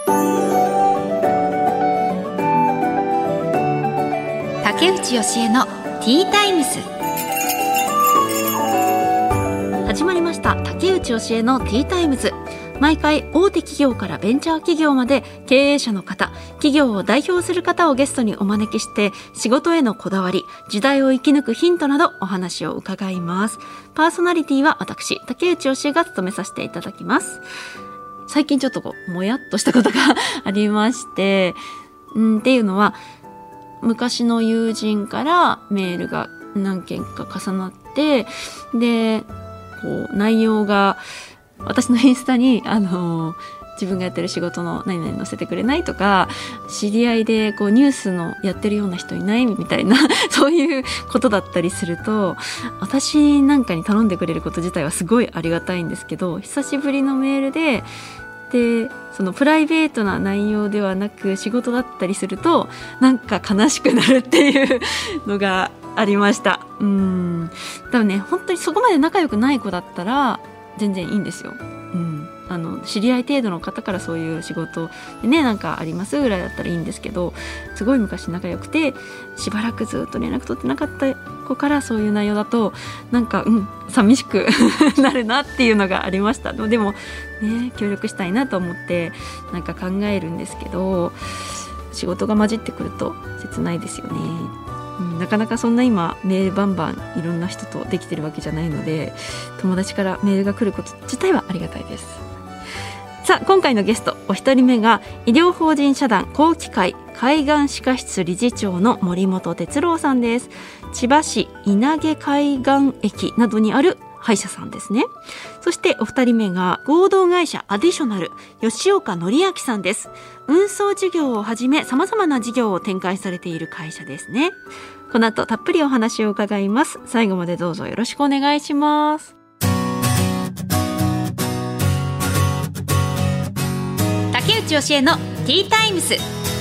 竹内義恵のティータイムズ。始まりました。竹内義恵のティータイムズ。毎回大手企業からベンチャー企業まで経営者の方、企業を代表する方をゲストにお招きして、仕事へのこだわり、時代を生き抜くヒントなどお話を伺います。パーソナリティは私、竹内義恵が務めさせていただきます。最近ちょっともやっとしたことがありまして、っていうのは、昔の友人からメールが何件か重なって、で内容が私のインスタに自分がやってる仕事の何々載せてくれないとか、知り合いでニュースのやってるような人いないみたいなそういうことだったりすると、私なんかに頼んでくれること自体はすごいありがたいんですけど、久しぶりのメールでそのプライベートな内容ではなく仕事だったりすると、なんか悲しくなるっていうのがありました。多分ね、本当にそこまで仲良くない子だったら全然いいんですよ。知り合い程度の方からそういう仕事でね、なんかありますぐらいだったらいいんですけど、すごい昔仲良くてしばらくずっと連絡取ってなかった子からそういう内容だと、なんか寂しくなるなっていうのがありました。でもね、協力したいなと思ってなんか考えるんですけど、仕事が混じってくると切ないですよね。なかなかそんな今メールバンバンいろんな人とできてるわけじゃないので、友達からメールが来ること自体はありがたいです。さあ、今回のゲストお一人目が医療法人社団後期会海岸歯科室理事長の森本哲郎さんです。千葉市稲毛海岸駅などにある歯医者さんですね。そしてお二人目が合同会社アディショナル吉岡典明さんです。運送事業をはじめ様々な事業を展開されている会社ですね。この後たっぷりお話を伺います。最後までどうぞよろしくお願いします。竹内義恵のティータイムズ。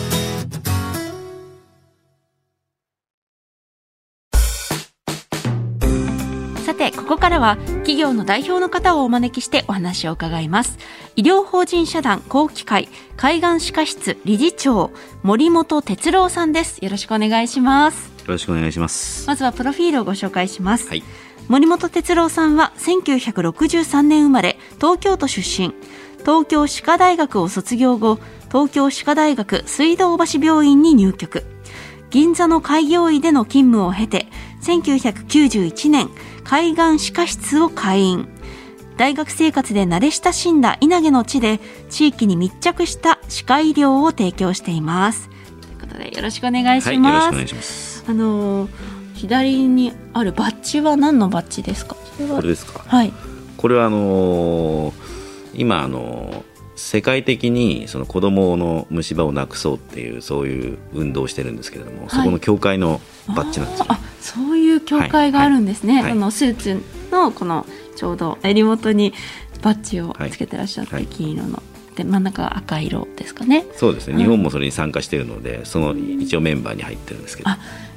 さて、ここからは企業の代表の方をお招きしてお話を伺います。医療法人社団後期会海岸歯科室理事長森本哲郎さんです。よろしくお願いします。 よろしくお願いします。 まずはプロフィールをご紹介します。森本哲郎さんは1963年生まれ、東京都出身。東京歯科大学を卒業後、東京歯科大学水道橋病院に入局。銀座の開業医での勤務を経て、1991年海岸歯科室を開院。大学生活で慣れ親しんだ稲毛の地で地域に密着した歯科医療を提供しています。ということでよろしくお願いします。 よろしくお願いします。 左にあるバッジは何のバッジですか？ これですか？ これは今世界的にその子どもの虫歯をなくそうっていう、そういう運動をしてるんですけれども、そこの協会のバッジなんですよね。 そういう協会があるんですね。スーツのこのちょうど襟元にバッジをつけてらっしゃって、金色ので真ん中が赤色ですかね。 そうですね、日本もそれに参加しているので、その一応メンバーに入ってるんですけど。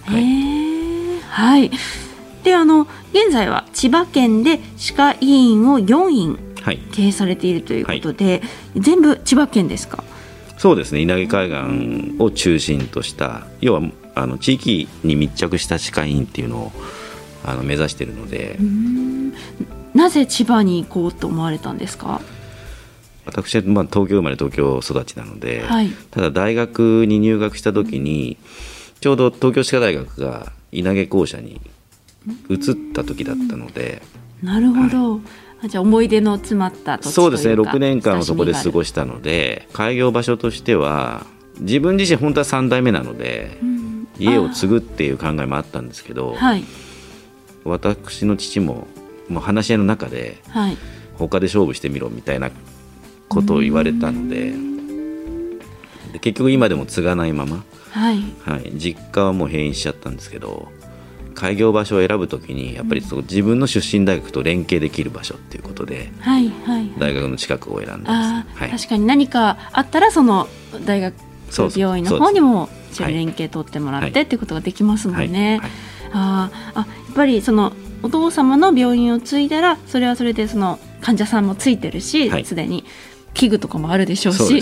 で現在は千葉県で歯科医院を4院経営されているということで、全部千葉県ですか？ そうですね、稲毛海岸を中心とした、要は地域に密着した歯科医院っていうのを目指しているので。 なぜ千葉に行こうと思われたんですか？ 私は東京生まれ東京育ちなので、ただ大学に入学した時にちょうど東京歯科大学が稲毛校舎に移った時だったので。 なるほど、じゃあ思い出の詰まった土地というか。 そうですね、6年間をそこで過ごしたので、開業場所としては自分自身本当は3代目なので、家を継ぐっていう考えもあったんですけど、私の父も話し合いの中で、他で勝負してみろみたいなことを言われたので、結局今でも継がないまま、実家はもう閉院しちゃったんですけど、開業場所を選ぶときにやっぱり自分の出身大学と連携できる場所っていうことで、大学の近くを選んだんです。 確かに何かあったらその大学病院の方にも一緒に連携取ってもらってっていうことができますもんね。やっぱりそのお父様の病院を継いだら、それはそれでその患者さんもついてるし、すでに器具とかもあるでしょうし、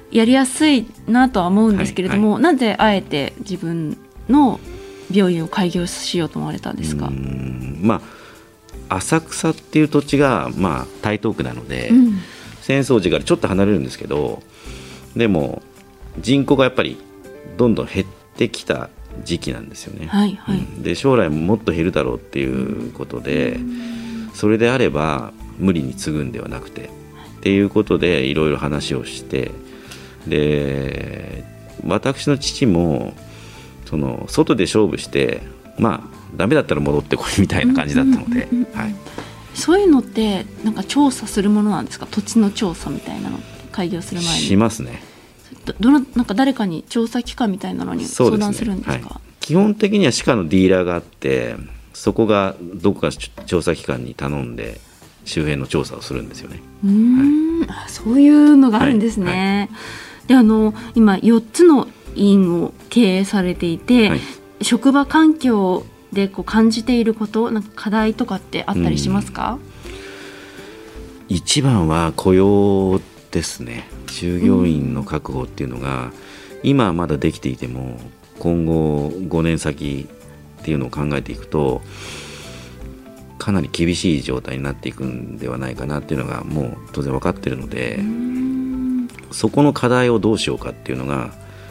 やりやすいなとは思うんですけれども、なぜあえて自分の病院を開業しようと思われたんですか？ 浅草っていう土地が、台東区なので、浅草寺からちょっと離れるんですけど、でも人口がやっぱりどんどん減ってきた時期なんですよね。で将来もっと減るだろうっていうことで、それであれば無理に継ぐんではなくてっていうことでいろいろ話をして、で私の父もその外で勝負してダメだったら戻ってこいみたいな感じだったので、 そういうのってなんか調査するものなんですか？土地の調査みたいなのって開業する前にしますね。 なんか誰かに調査機関みたいなのに相談するんですか？ 基本的には歯科のディーラーがあって、そこがどこか調査機関に頼んで周辺の調査をするんですよね。 そういうのがあるんですね。で今4つの院を経営されていて、職場環境で感じていること、なんか課題とかってあったりしますか？ 一番は雇用ですね。従業員の確保っていうのが、今はまだできていても今後5年先っていうのを考えていくとかなり厳しい状態になっていくんではないかなっていうのがもう当然分かっているので、そこの課題をどうしようかっていうのが、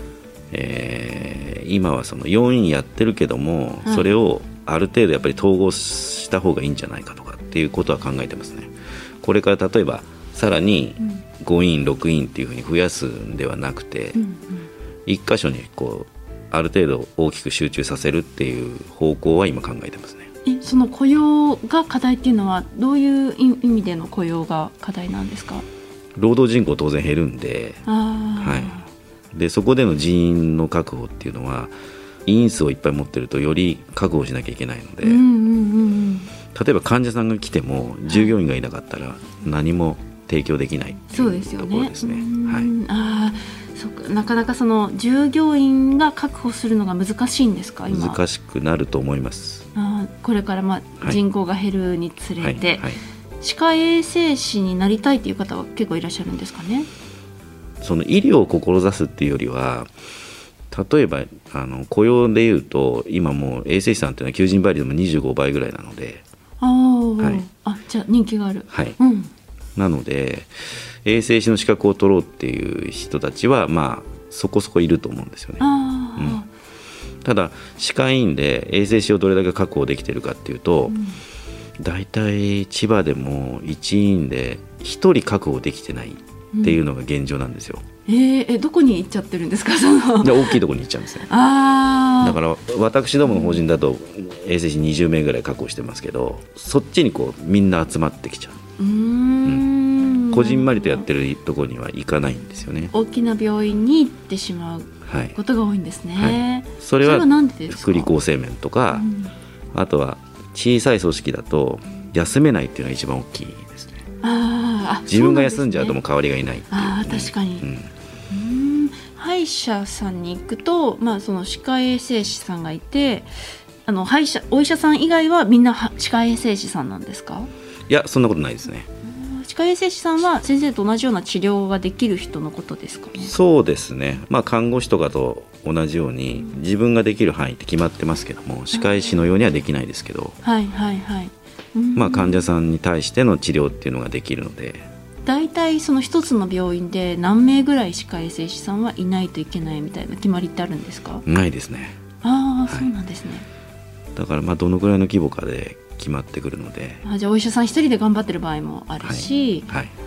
今はその4院やってるけども、それをある程度やっぱり統合した方がいいんじゃないかとかっていうことは考えてますね。これから例えばさらに5院6院っていうふうに増やすんではなくて、1箇所にある程度大きく集中させるっていう方向は今考えてますね。 その雇用が課題っていうのはどういう意味での雇用が課題なんですか？ 労働人口当然減るんで、でそこでの人員の確保っていうのは医院数をいっぱい持ってるとより確保しなきゃいけないので、例えば患者さんが来ても従業員がいなかったら何も提供できないっていうところですね。 なかなかその従業員が確保するのが難しいんですか？今難しくなると思います。 これから人口が減るにつれて、歯科衛生士になりたいという方は結構いらっしゃるんですかね？ その医療を志すっていうよりは、例えば雇用でいうと今もう衛生士さんっていうのは求人倍率でも25倍ぐらいなので、 じゃあ人気がある。 なので衛生士の資格を取ろうっていう人たちはそこそこいると思うんですよね。ただ歯科医院で衛生士をどれだけ確保できているかっていうと、だいたい千葉でも1院で1人確保できてないっていうのが現状なんですよ。 どこに行っちゃってるんですか？ 大きいところに行っちゃうんですね。だから私どもの法人だと衛生士20名ぐらい確保してますけど、そっちにみんな集まってきちゃう。こじんまりとやってるところには行かないんですよね。 大きな病院に行ってしまうことが多いんですね。 それは福利厚生面とか、あとは小さい組織だと休めないっていうのが一番大きいですね。自分が休んじゃうともう代わりがいないっていう、 確かに。歯医者さんに行くと、その歯科衛生士さんがいて、お医者さん以外はみんな歯科衛生士さんなんですか？ いや、そんなことないですね。 歯科衛生士さんは先生と同じような治療ができる人のことですかね？ そうですね。看護師とかと同じように自分ができる範囲って決まってますけども、歯科医師のようにはできないですけど、患者さんに対しての治療っていうのができるので、 だいたいその一つの病院で何名ぐらい歯科衛生士さんはいないといけないみたいな決まりってあるんですか？ ないですね。 そうなんですね。だからどのくらいの規模かで決まってくるので、 じゃあお医者さん一人で頑張ってる場合もあるし、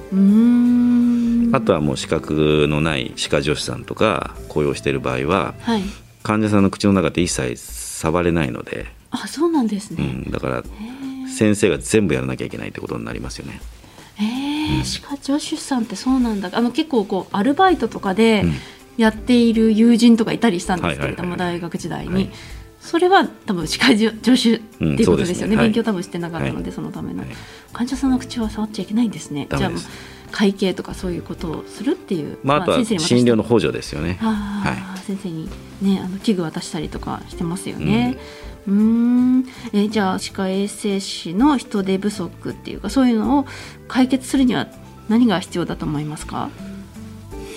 あとはもう資格のない歯科助手さんとか雇用している場合は、患者さんの口の中って一切触れないので。 そうなんですね。 だから先生が全部やらなきゃいけないってことになりますよね。 歯科助手さんってそうなんだ。結構アルバイトとかでやっている友人とかいたりしたんですけれども、大学時代に、それは多分歯科助手っていうことですよね。勉強多分してなかったので、そのための患者さんの口は触っちゃいけないんですね。じゃあ会計とかそういうことをするっていう、 あとは診療の補助ですよね。 先生に器具渡したりとかしてますよね。じゃあ歯科衛生士の人手不足っていうか、そういうのを解決するには何が必要だと思いますか？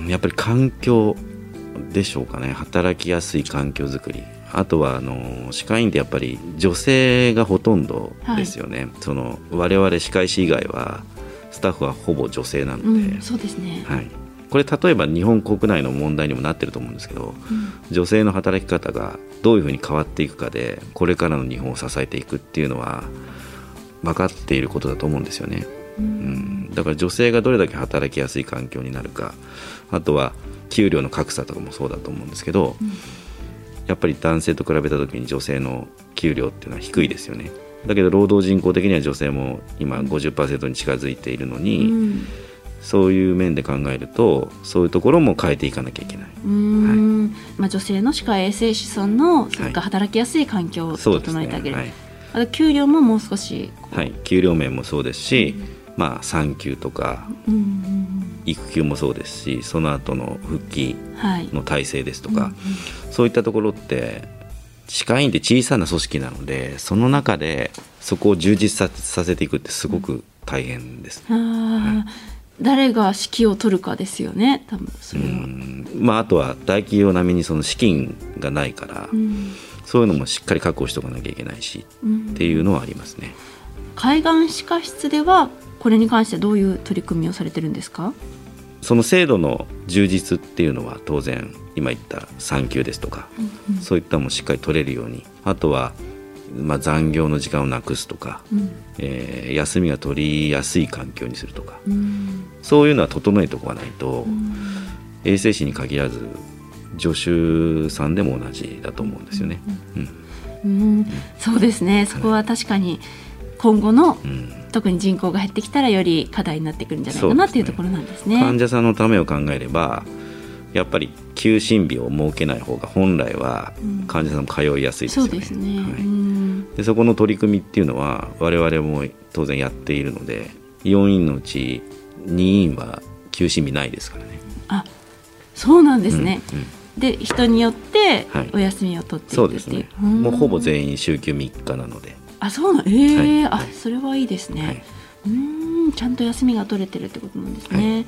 やっぱり環境でしょうかね。働きやすい環境づくり、あとは歯科医院ってやっぱり女性がほとんどですよね、我々歯科医師以外はスタッフはほぼ女性なので、 そうですね、 はい、これ例えば日本国内の問題にもなってると思うんですけど、女性の働き方がどういうふうに変わっていくかでこれからの日本を支えていくっていうのは分かっていることだと思うんですよね、だから女性がどれだけ働きやすい環境になるか、あとは給料の格差とかもそうだと思うんですけど、やっぱり男性と比べた時に女性の給料っていうのは低いですよね。だけど労働人口的には女性も今 50% に近づいているのに、そういう面で考えるとそういうところも変えていかなきゃいけない。 女性の歯科衛生士さんのそうか働きやすい環境を整えてあげる、あと給料ももう少し、 給料面もそうですし、産休とか、育休もそうですし、その後の復帰の体制ですとか、そういったところって歯科医院って小さな組織なので、その中でそこを充実させていくってすごく大変です、 誰が指揮を取るかですよね、多分それは。 あとは大企業並みにその資金がないから、そういうのもしっかり確保しておかなきゃいけないし、っていうのはありますね。 海岸歯科室ではこれに関してどういう取り組みをされてるんですか？ その制度の充実っていうのは当然今言った産休ですとか、そういったのもしっかり取れるように、あとは残業の時間をなくすとか、休みが取りやすい環境にするとか、そういうのは整えておかないと、衛生士に限らず助手さんでも同じだと思うんですよね。 そうですね、そこは確かに今後の、特に人口が減ってきたらより課題になってくるんじゃないかなっていうところなんですね。 患者さんのためを考えればやっぱり休診日を設けない方が本来は患者さんも通いやすいですよね。 そうですね、 でそこの取り組みっていうのは我々も当然やっているので、4院のうち2院は休診日ないですからね。 そうなんですね、で人によってお休みを取っていくっていう、 そうですね、もうほぼ全員週休3日なので。 そうなんそれはいいですね、ちゃんと休みが取れてるってことなんですね、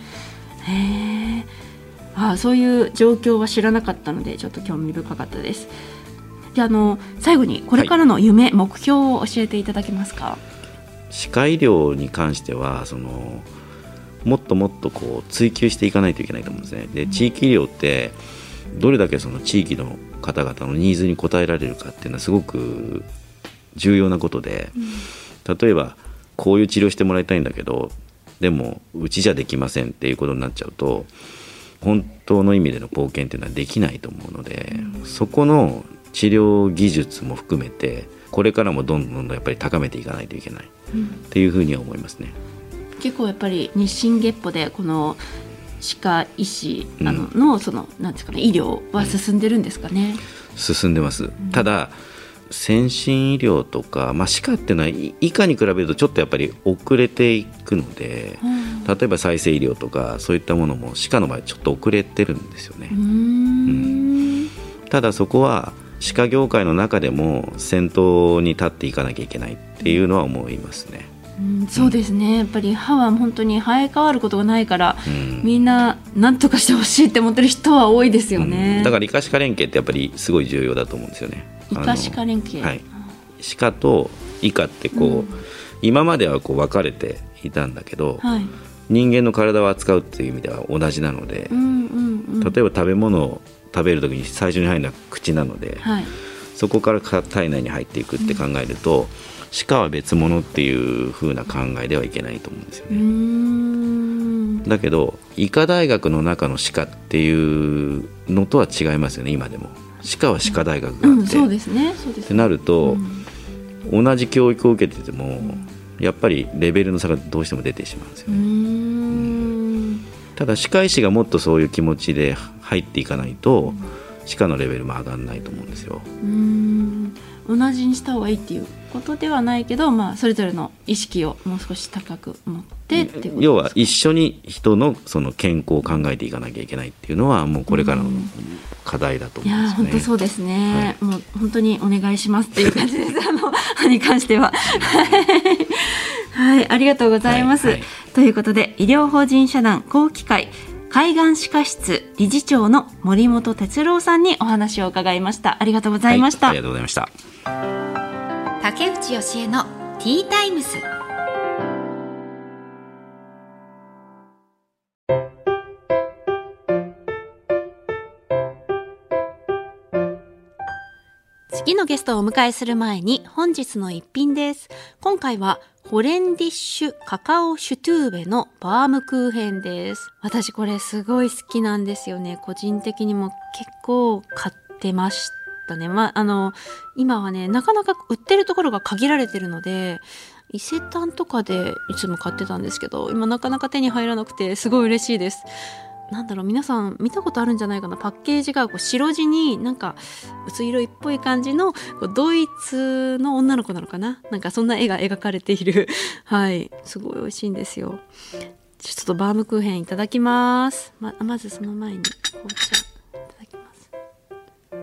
そういう状況は知らなかったのでちょっと興味深かったです。で最後にこれからの夢、目標を教えていただけますか？ 歯科医療に関してはもっともっと追求していかないといけないと思うんですね。で地域医療ってどれだけその地域の方々のニーズに応えられるかっていうのはすごく重要なことで、例えばこういう治療してもらいたいんだけどでもうちじゃできませんっていうことになっちゃうと本当の意味での貢献っていうのはできないと思うので、そこの治療技術も含めてこれからもどんどんやっぱり高めていかないといけないっていうふうには思いますね。 結構やっぱり日進月歩でこの歯科医師のそのなんですかね、医療は進んでるんですかね？ 進んでます。ただ先進医療とか、歯科っていうのは医科に比べるとちょっとやっぱり遅れていくので、例えば再生医療とかそういったものも歯科の場合ちょっと遅れてるんですよね。ただそこは歯科業界の中でも先頭に立っていかなきゃいけないっていうのは思いますね。 そうですね、やっぱり歯は本当に生え変わることがないから、みんな何とかしてほしいって思ってる人は多いですよね。 だから医科歯科連携ってやっぱりすごい重要だと思うんですよね。 医科歯科連携、 歯科と医科って今までは分かれていたんだけど、人間の体を扱うっていう意味では同じなので、例えば食べ物を食べるときに最初に入るのは口なので、そこから体内に入っていくって考えると、歯科は別物っていう風な考えではいけないと思うんですよね。だけど医科大学の中の歯科っていうのとは違いますよね。今でも歯科は歯科大学があって、 そうですねってなると、同じ教育を受けててもやっぱりレベルの差がどうしても出てしまうんですよね。ただ歯科医師がもっとそういう気持ちで入っていかないと、歯科のレベルも上がらないと思うんですよ。 同じにした方がいいっていうことではないけど、それぞれの意識をもう少し高く持ってっていうことですか？ 要は一緒に人のその健康を考えていかなきゃいけないっていうのはもうこれからの課題だと思うんですよね。 本当そうですね、もう本当にお願いしますっていう感じです歯に関してははい、ありがとうございます、ということで医療法人社団後期会海岸歯科室理事長の森本哲郎さんにお話を伺いました。ありがとうございました。 ありがとうございました。 竹内義恵のティータイムズ。次のゲストをお迎えする前に本日の一品です。今回はホレンディッシュカカオシュトゥーベのバームクーヘンです。私これすごい好きなんですよね。個人的にも結構買ってましたね。今はね、なかなか売ってるところが限られてるので、伊勢丹とかでいつも買ってたんですけど、今なかなか手に入らなくてすごい嬉しいです。皆さん見たことあるんじゃないかな。パッケージが白地になんか薄い色っぽい感じのドイツの女の子なのかな、なんかそんな絵が描かれているはい、すごい美味しいんですよ。ちょっとバームクーヘンいただきます。まずその前に紅茶いただきます。はい、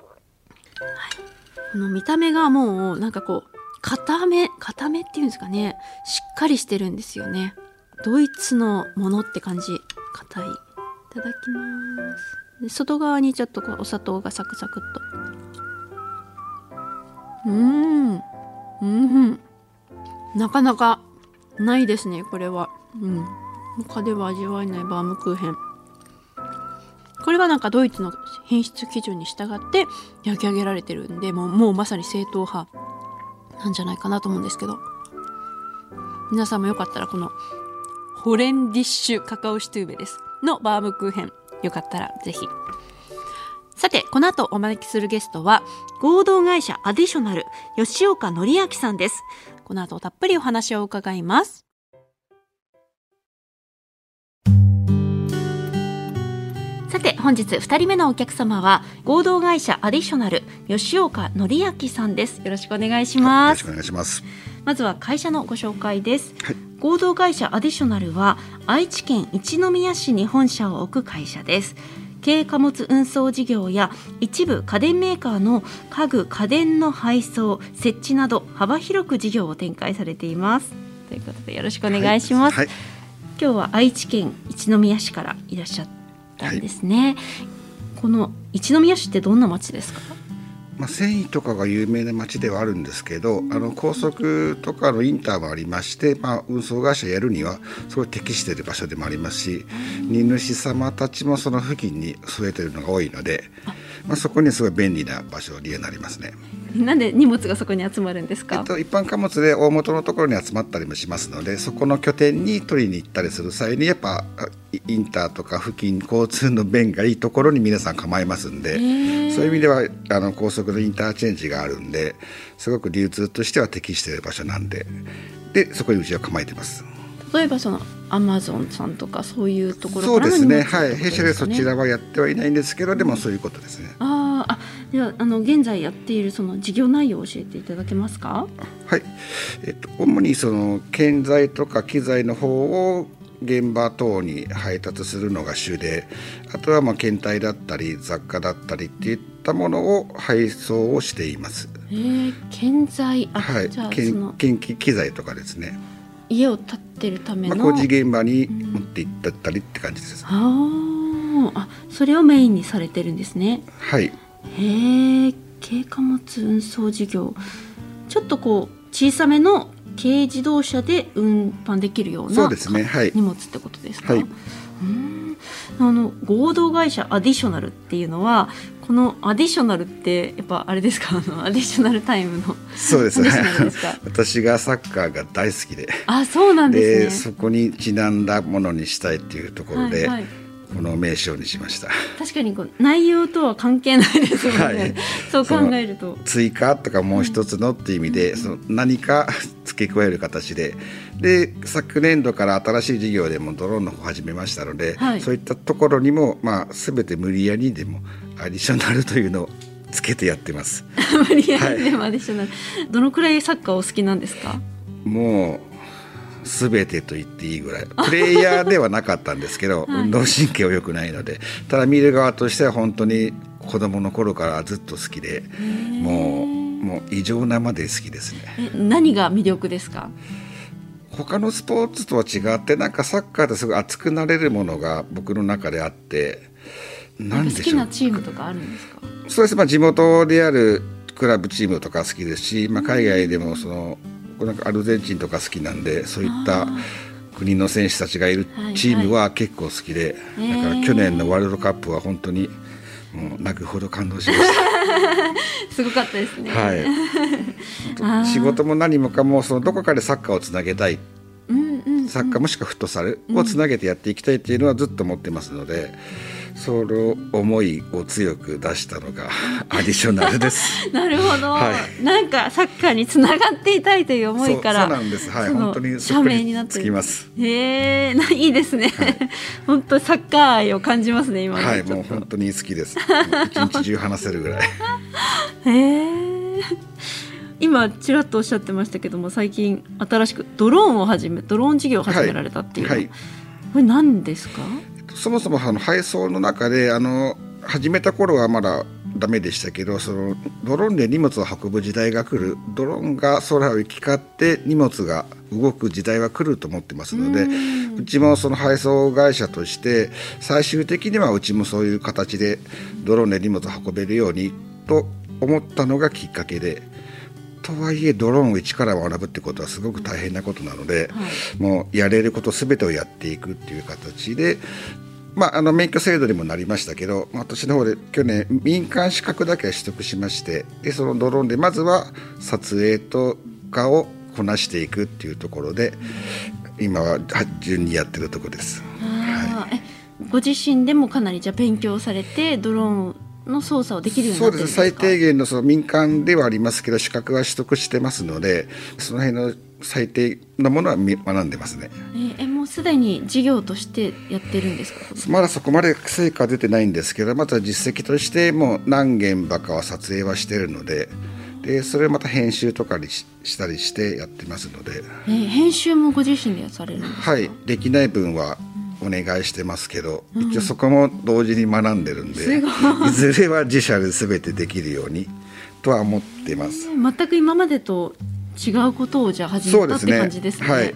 この見た目がもうなんか固めっていうんですかね、しっかりしてるんですよね。ドイツのものって感じ。硬い。いただきます。で、外側にちょっとお砂糖がサクサクっと。なかなかないですね、これは。他では味わえないバームクーヘン。これはなんかドイツの品質基準に従って焼き上げられてるんで、もうまさに正統派なんじゃないかなと思うんですけど、皆さんもよかったらこのホレンディッシュカカオシュトゥーベですのバームクーヘン、よかったらぜひ。さて、この後お招きするゲストは合同会社アディショナル吉岡典明さんです。この後たっぷりお話を伺います。さて、本日2人目のお客様は合同会社アディショナル吉岡典明さんです。よろしくお願いします。 よろしくお願いします。 まずは会社のご紹介です。合同会社アディショナルは愛知県一宮市に本社を置く会社です。軽貨物運送事業や一部家電メーカーの家具家電の配送設置など幅広く事業を展開されています。ということでよろしくお願いします。今日は愛知県一宮市からいらっしゃったんですね。この一宮市ってどんな町ですか？ 繊維とかが有名な町ではあるんですけど、高速とかのインターもありまして、運送会社やるにはすごい適している場所でもありますし、荷主様たちもその付近に据えているのが多いので、そこにすごい便利な場所になりますね。 なんで荷物がそこに集まるんですか？ 一般貨物で大元のところに集まったりもしますので、そこの拠点に取りに行ったりする際にやっぱインターとか付近交通の便がいいところに皆さん構えますんで、そういう意味では高速のインターチェンジがあるんで、すごく流通としては適している場所なんで、そこにうちは構えてます。 例えばそのアマゾンさんとかそういうところからの荷物ですかね。弊社でそちらはやってはいないんですけど、でもそういうことですね。 では現在やっているその事業内容を教えていただけますか？ はい、主にその建材とか機材の方を現場等に配達するのが主で、あとは検体だったり雑貨だったりっていったものを配送をしています。 建材、 じゃあ建機機材とかですね。 家を建てるための工事現場に持って行ったりって感じです。 それをメインにされてるんですね。 はい。 軽貨物運送事業、ちょっと小さめの軽自動車で運搬できるようなそうですね、 荷物ってことですか？ はい。 合同会社アディショナルっていうのは、このアディショナルってやっぱあれですか？アディショナルタイムのそうですね私がサッカーが大好きで、 そうなんですね。 そこにちなんだものにしたいっていうところで、この名称にしました。 確かに内容とは関係ないですもんね、そう考えると追加とかもう一つのっていう意味で、その何か付け加える形で、昨年度から新しい事業でもドローンの方を始めましたので、そういったところにも、全て無理やりでもアディショナルというのをつけてやってます無理やりでもアディショナル、どのくらいサッカーお好きなんですか？ もう全てと言っていいぐらいプレイヤーではなかったんですけど、運動神経は良くないので、ただ見る側としては本当に子供の頃からずっと好きで、もう異常なまで好きですね。 何が魅力ですか？ 他のスポーツとは違ってなんかサッカーですごい熱くなれるものが僕の中であって、 なんでしょう、好きなチームとかあるんですか？ そうです、地元であるクラブチームとか好きですし、海外でもなんかアルゼンチンとか好きなんで、そういった国の選手たちがいるチームは結構好きで、だから去年のワールドカップは本当にもう泣くほど感動しましたすごかったですね、 はい、仕事も何もかもどこかでサッカーをつなげたい、サッカーもしくはフットサルをつなげてやっていきたいっていうのはずっと思ってますので、その思いを強く出したのがアディショナルですなるほど、なんかサッカーにつながっていたいという思いからそうなんです、本当に社名になってつきます。 いいですね、本当サッカー愛を感じますね今の。 もう本当に好きです一日中話せるぐらい今ちらっとおっしゃってましたけども、最近新しくドローン事業を始められたっていう、これ何ですか？ そもそも配送の中で始めた頃はまだダメでしたけど、ドローンで荷物を運ぶ時代が来る、ドローンが空を行き交って荷物が動く時代は来ると思ってますので、うちも配送会社として最終的にはうちもそういう形でドローンで荷物を運べるようにと思ったのがきっかけで、とはいえドローンを一から学ぶってことはすごく大変なことなので、もうやれること全てをやっていくっていう形で、免許制度にもなりましたけど、私の方で去年民間資格だけは取得しまして、でそのドローンでまずは撮影とかをこなしていくっていうところで今は順にやってるところです。 ご自身でもかなりじゃあ勉強されてドローンの操作をできるようになってるんですか？ そうです、最低限の民間ではありますけど資格は取得してますので、その辺の最低なものは学んでますね。 もうすでに事業としてやってるんですか？ まだそこまで成果は出てないんですけど、また実績としてもう何件ばかは撮影はしているので、それをまた編集とかにしたりしてやってますので、 編集もご自身でやされるんですか？ はい、できない分はお願いしてますけど、一応そこも同時に学んでるんで、いずれは自社で全てできるようにとは思ってます。 全く今までと違うことをじゃあ始めたって感じですね。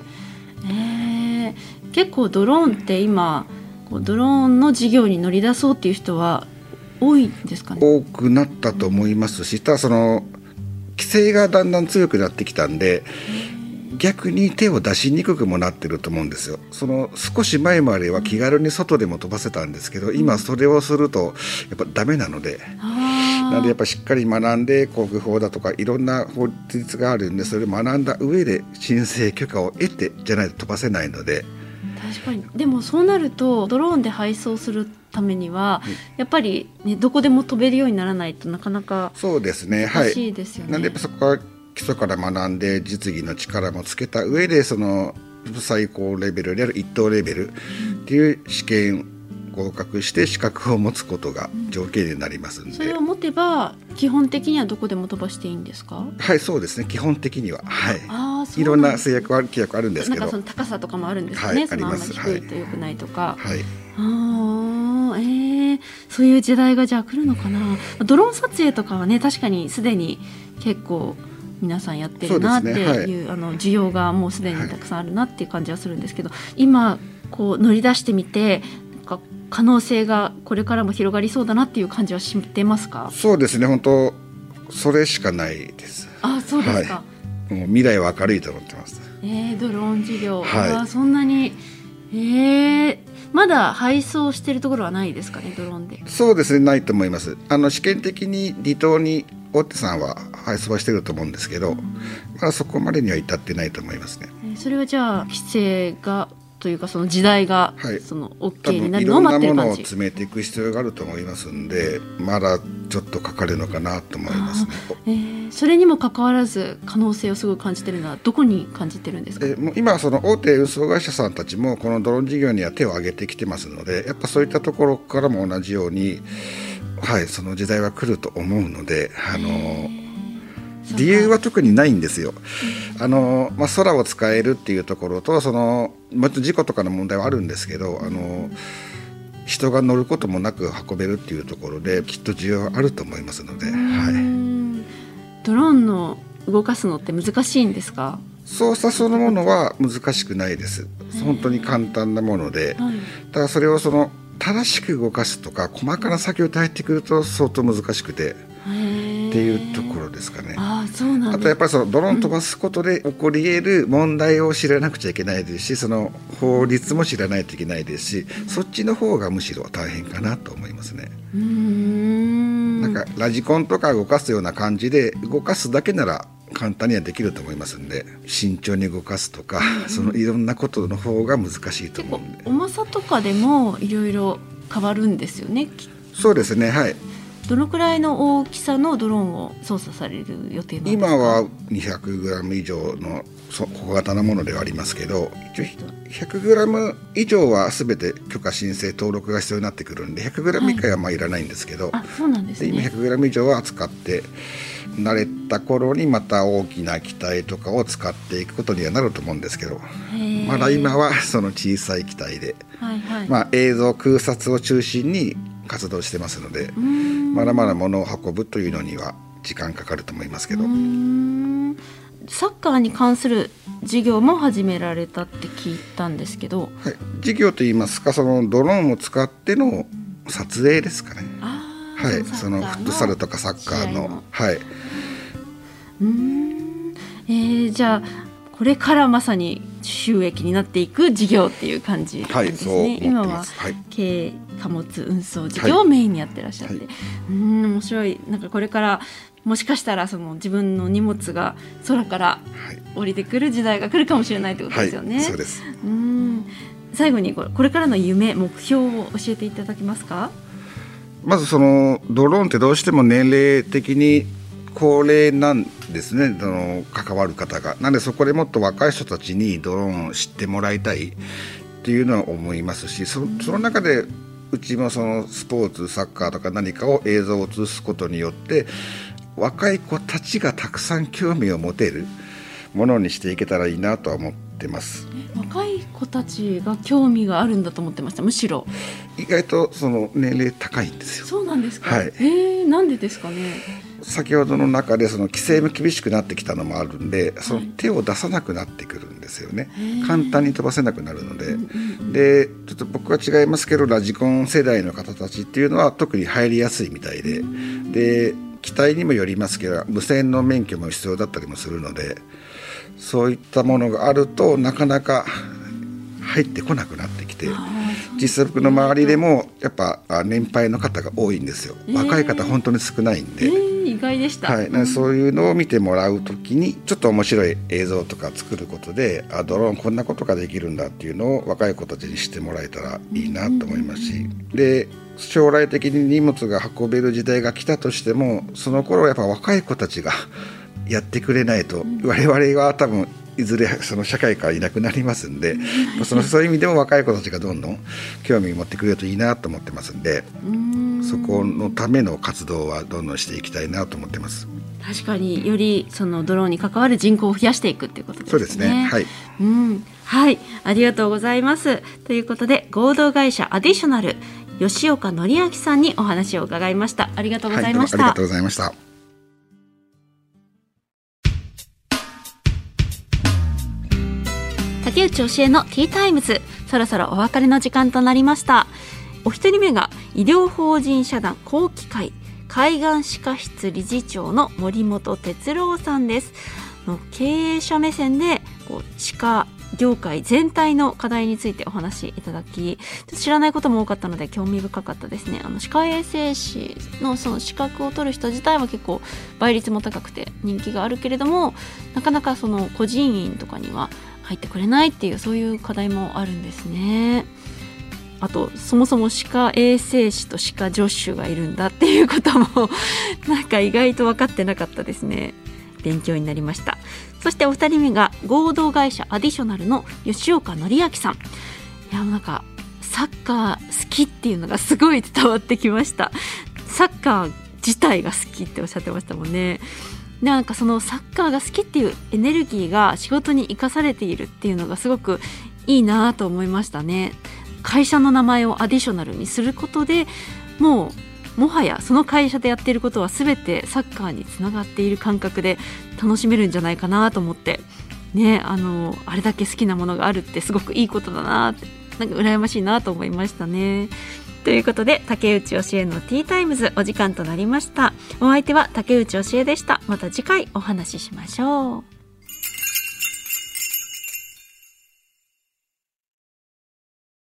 結構ドローンって今ドローンの事業に乗り出そうっていう人は多いんですかね？ 多くなったと思いますし、ただ規制がだんだん強くなってきたんで、逆に手を出しにくくもなってると思うんですよ。少し前までは気軽に外でも飛ばせたんですけど、今それをするとやっぱダメなので、なのでやっぱしっかり学んで航空法だとかいろんな法律があるんで、それを学んだ上で申請許可を得てじゃないと飛ばせないので。 確かに。でもそうなるとドローンで配送するためには、やっぱり、どこでも飛べるようにならないとなかなか難しいですよね。 なんでやっぱそこは基礎から学んで実技の力もつけた上で最高レベルである1等レベルっていう試験合格して資格を持つことが条件になりますので、 それを持てば基本的にはどこでも飛ばしていいんですか？ はい、そうですね、基本的には、いろんな規約あるんですけど、 なんか高さとかもあるんですかね、あります。低いと良くないとか、そういう時代がじゃあ来るのかな。ドローン撮影とかはね、確かにすでに結構皆さんやってるなっていう、需要がもうすでにたくさんあるなっていう感じはするんですけど、今乗り出してみて可能性がこれからも広がりそうだなっていう感じはしてますか？ そうですね、本当それしかないです。 そうですか。 もう未来は明るいと思ってます。 ドローン事業、そんなに、まだ配送してるところはないですかね、ドローンで。 そうですね、ないと思います。試験的に離島に大手さんは配送はしてると思うんですけど、そこまでには至ってないと思いますね。 それはじゃあ規制がというかその時代がOK になるのを待ってる感じ。いろんなものを詰めていく必要があると思いますんで、まだちょっとかかるのかなと思いますね。 それにもかかわらず可能性をすごい感じてるのはどこに感じてるんですか？ もう今大手運送会社さんたちもこのドローン事業には手を挙げてきてますので、やっぱそういったところからも同じように、その時代は来ると思うので、理由は特にないんですよ。空を使えるっていうところと、もちろん事故とかの問題はあるんですけど、人が乗ることもなく運べるっていうところできっと需要はあると思いますので、 ドローンの動かすのって難しいんですか？ 操作そのものは難しくないです。本当に簡単なもので、ただそれを正しく動かすとか細かな作業って入ってくると相当難しくてっていうところですかね。 そうなんです。 あとやっぱりドローン飛ばすことで起こり得る問題を知らなくちゃいけないですし、その法律も知らないといけないですし、そっちの方がむしろ大変かなと思いますね。なんかラジコンとか動かすような感じで動かすだけなら簡単にはできると思いますんで、慎重に動かすとか、そのいろんなことの方が難しいと思うんで。 重さとかでもいろいろ変わるんですよね。 そうですね、はい。 どのくらいの大きさのドローンを操作される予定なんですか？ 今は 200g 以上の小型なものではありますけど、一応 100g 以上は全て許可申請登録が必要になってくるんで、 100g 以下はまあいらないんですけど、 そうなんですね。 今 100g 以上は扱って慣れた頃にまた大きな機体とかを使っていくことにはなると思うんですけど、まだ今はその小さい機体で、映像空撮を中心に活動してますので、まだまだ物を運ぶというのには時間かかると思いますけど。 サッカーに関する事業も始められたって聞いたんですけど、 事業といいますか、そのドローンを使っての撮影ですかね。そのフットサルとかサッカーの。 じゃあこれからまさに収益になっていく事業っていう感じなんですね。今は軽貨物運送事業をメインにやってらっしゃって、面白い。なんかこれからもしかしたらその自分の荷物が空から降りてくる時代が来るかもしれないということですよね。 そうです。 最後にこれからの夢目標を教えていただけますか？ まずそのドローンってどうしても年齢的に高齢なんですね、関わる方が。なんでそこでもっと若い人たちにドローンを知ってもらいたいっていうのは思いますし、その中でうちもそのスポーツサッカーとか何かを映像を映すことによって若い子たちがたくさん興味を持てるものにしていけたらいいなとは思ってます。 若い子たちが興味があるんだと思ってました。むしろ意外とその年齢高いんですよ。 そうなんですか？なんでですかね？ 先ほどの中でその規制も厳しくなってきたのもあるんで、その手を出さなくなってくるんですよね。簡単に飛ばせなくなるので、でちょっと僕は違いますけど、ラジコン世代の方たちっていうのは特に入りやすいみたいで、で機体にもよりますけど無線の免許も必要だったりもするので、そういったものがあるとなかなか入ってこなくなってきて、実際僕の周りでもやっぱ年配の方が多いんですよ。若い方本当に少ないんで、 意外でした。 そういうのを見てもらうときにちょっと面白い映像とか作ることで、ドローンこんなことができるんだっていうのを若い子たちに知ってもらえたらいいなと思いますし、で将来的に荷物が運べる時代が来たとしても、その頃はやっぱ若い子たちがやってくれないと我々は多分いずれその社会からいなくなりますんで、そういう意味でも若い子たちがどんどん興味を持ってくれるといいなと思ってますんで、そこのための活動はどんどんしていきたいなと思ってます。 確かによりそのドローンに関わる人口を増やしていくっていうことですね。 そうですね。 はい、ありがとうございます。ということで合同会社アディショナル吉岡典明さんにお話を伺いました。ありがとうございました。 ありがとうございました。 竹内教えのティータイムズ、そろそろお別れの時間となりました。お一人目が医療法人社団後期会海岸歯科室理事長の森本哲郎さんです。経営者目線で歯科業界全体の課題についてお話しいただき、知らないことも多かったので興味深かったですね。歯科衛生士のその資格を取る人自体は結構倍率も高くて人気があるけれども、なかなかその個人員とかには入ってくれないっていう、そういう課題もあるんですね。あとそもそも歯科衛生士と歯科助手がいるんだっていうこともなんか意外と分かってなかったですね。勉強になりました。そしてお二人目が合同会社アディショナルの吉岡典明さん。いや、なんかサッカー好きっていうのがすごい伝わってきました。サッカー自体が好きっておっしゃってましたもんね。なんかそのサッカーが好きっていうエネルギーが仕事に生かされているっていうのがすごくいいなと思いましたね。会社の名前をアディショナルにすることでもはやその会社でやっていることは全てサッカーにつながっている感覚で楽しめるんじゃないかなと思って、 ね、あれだけ好きなものがあるってすごくいいことだなって、なんか羨ましいなと思いましたね。ということで、竹内教えのティータイムズ、お時間となりました。お相手は竹内教えでした。また次回お話ししましょう。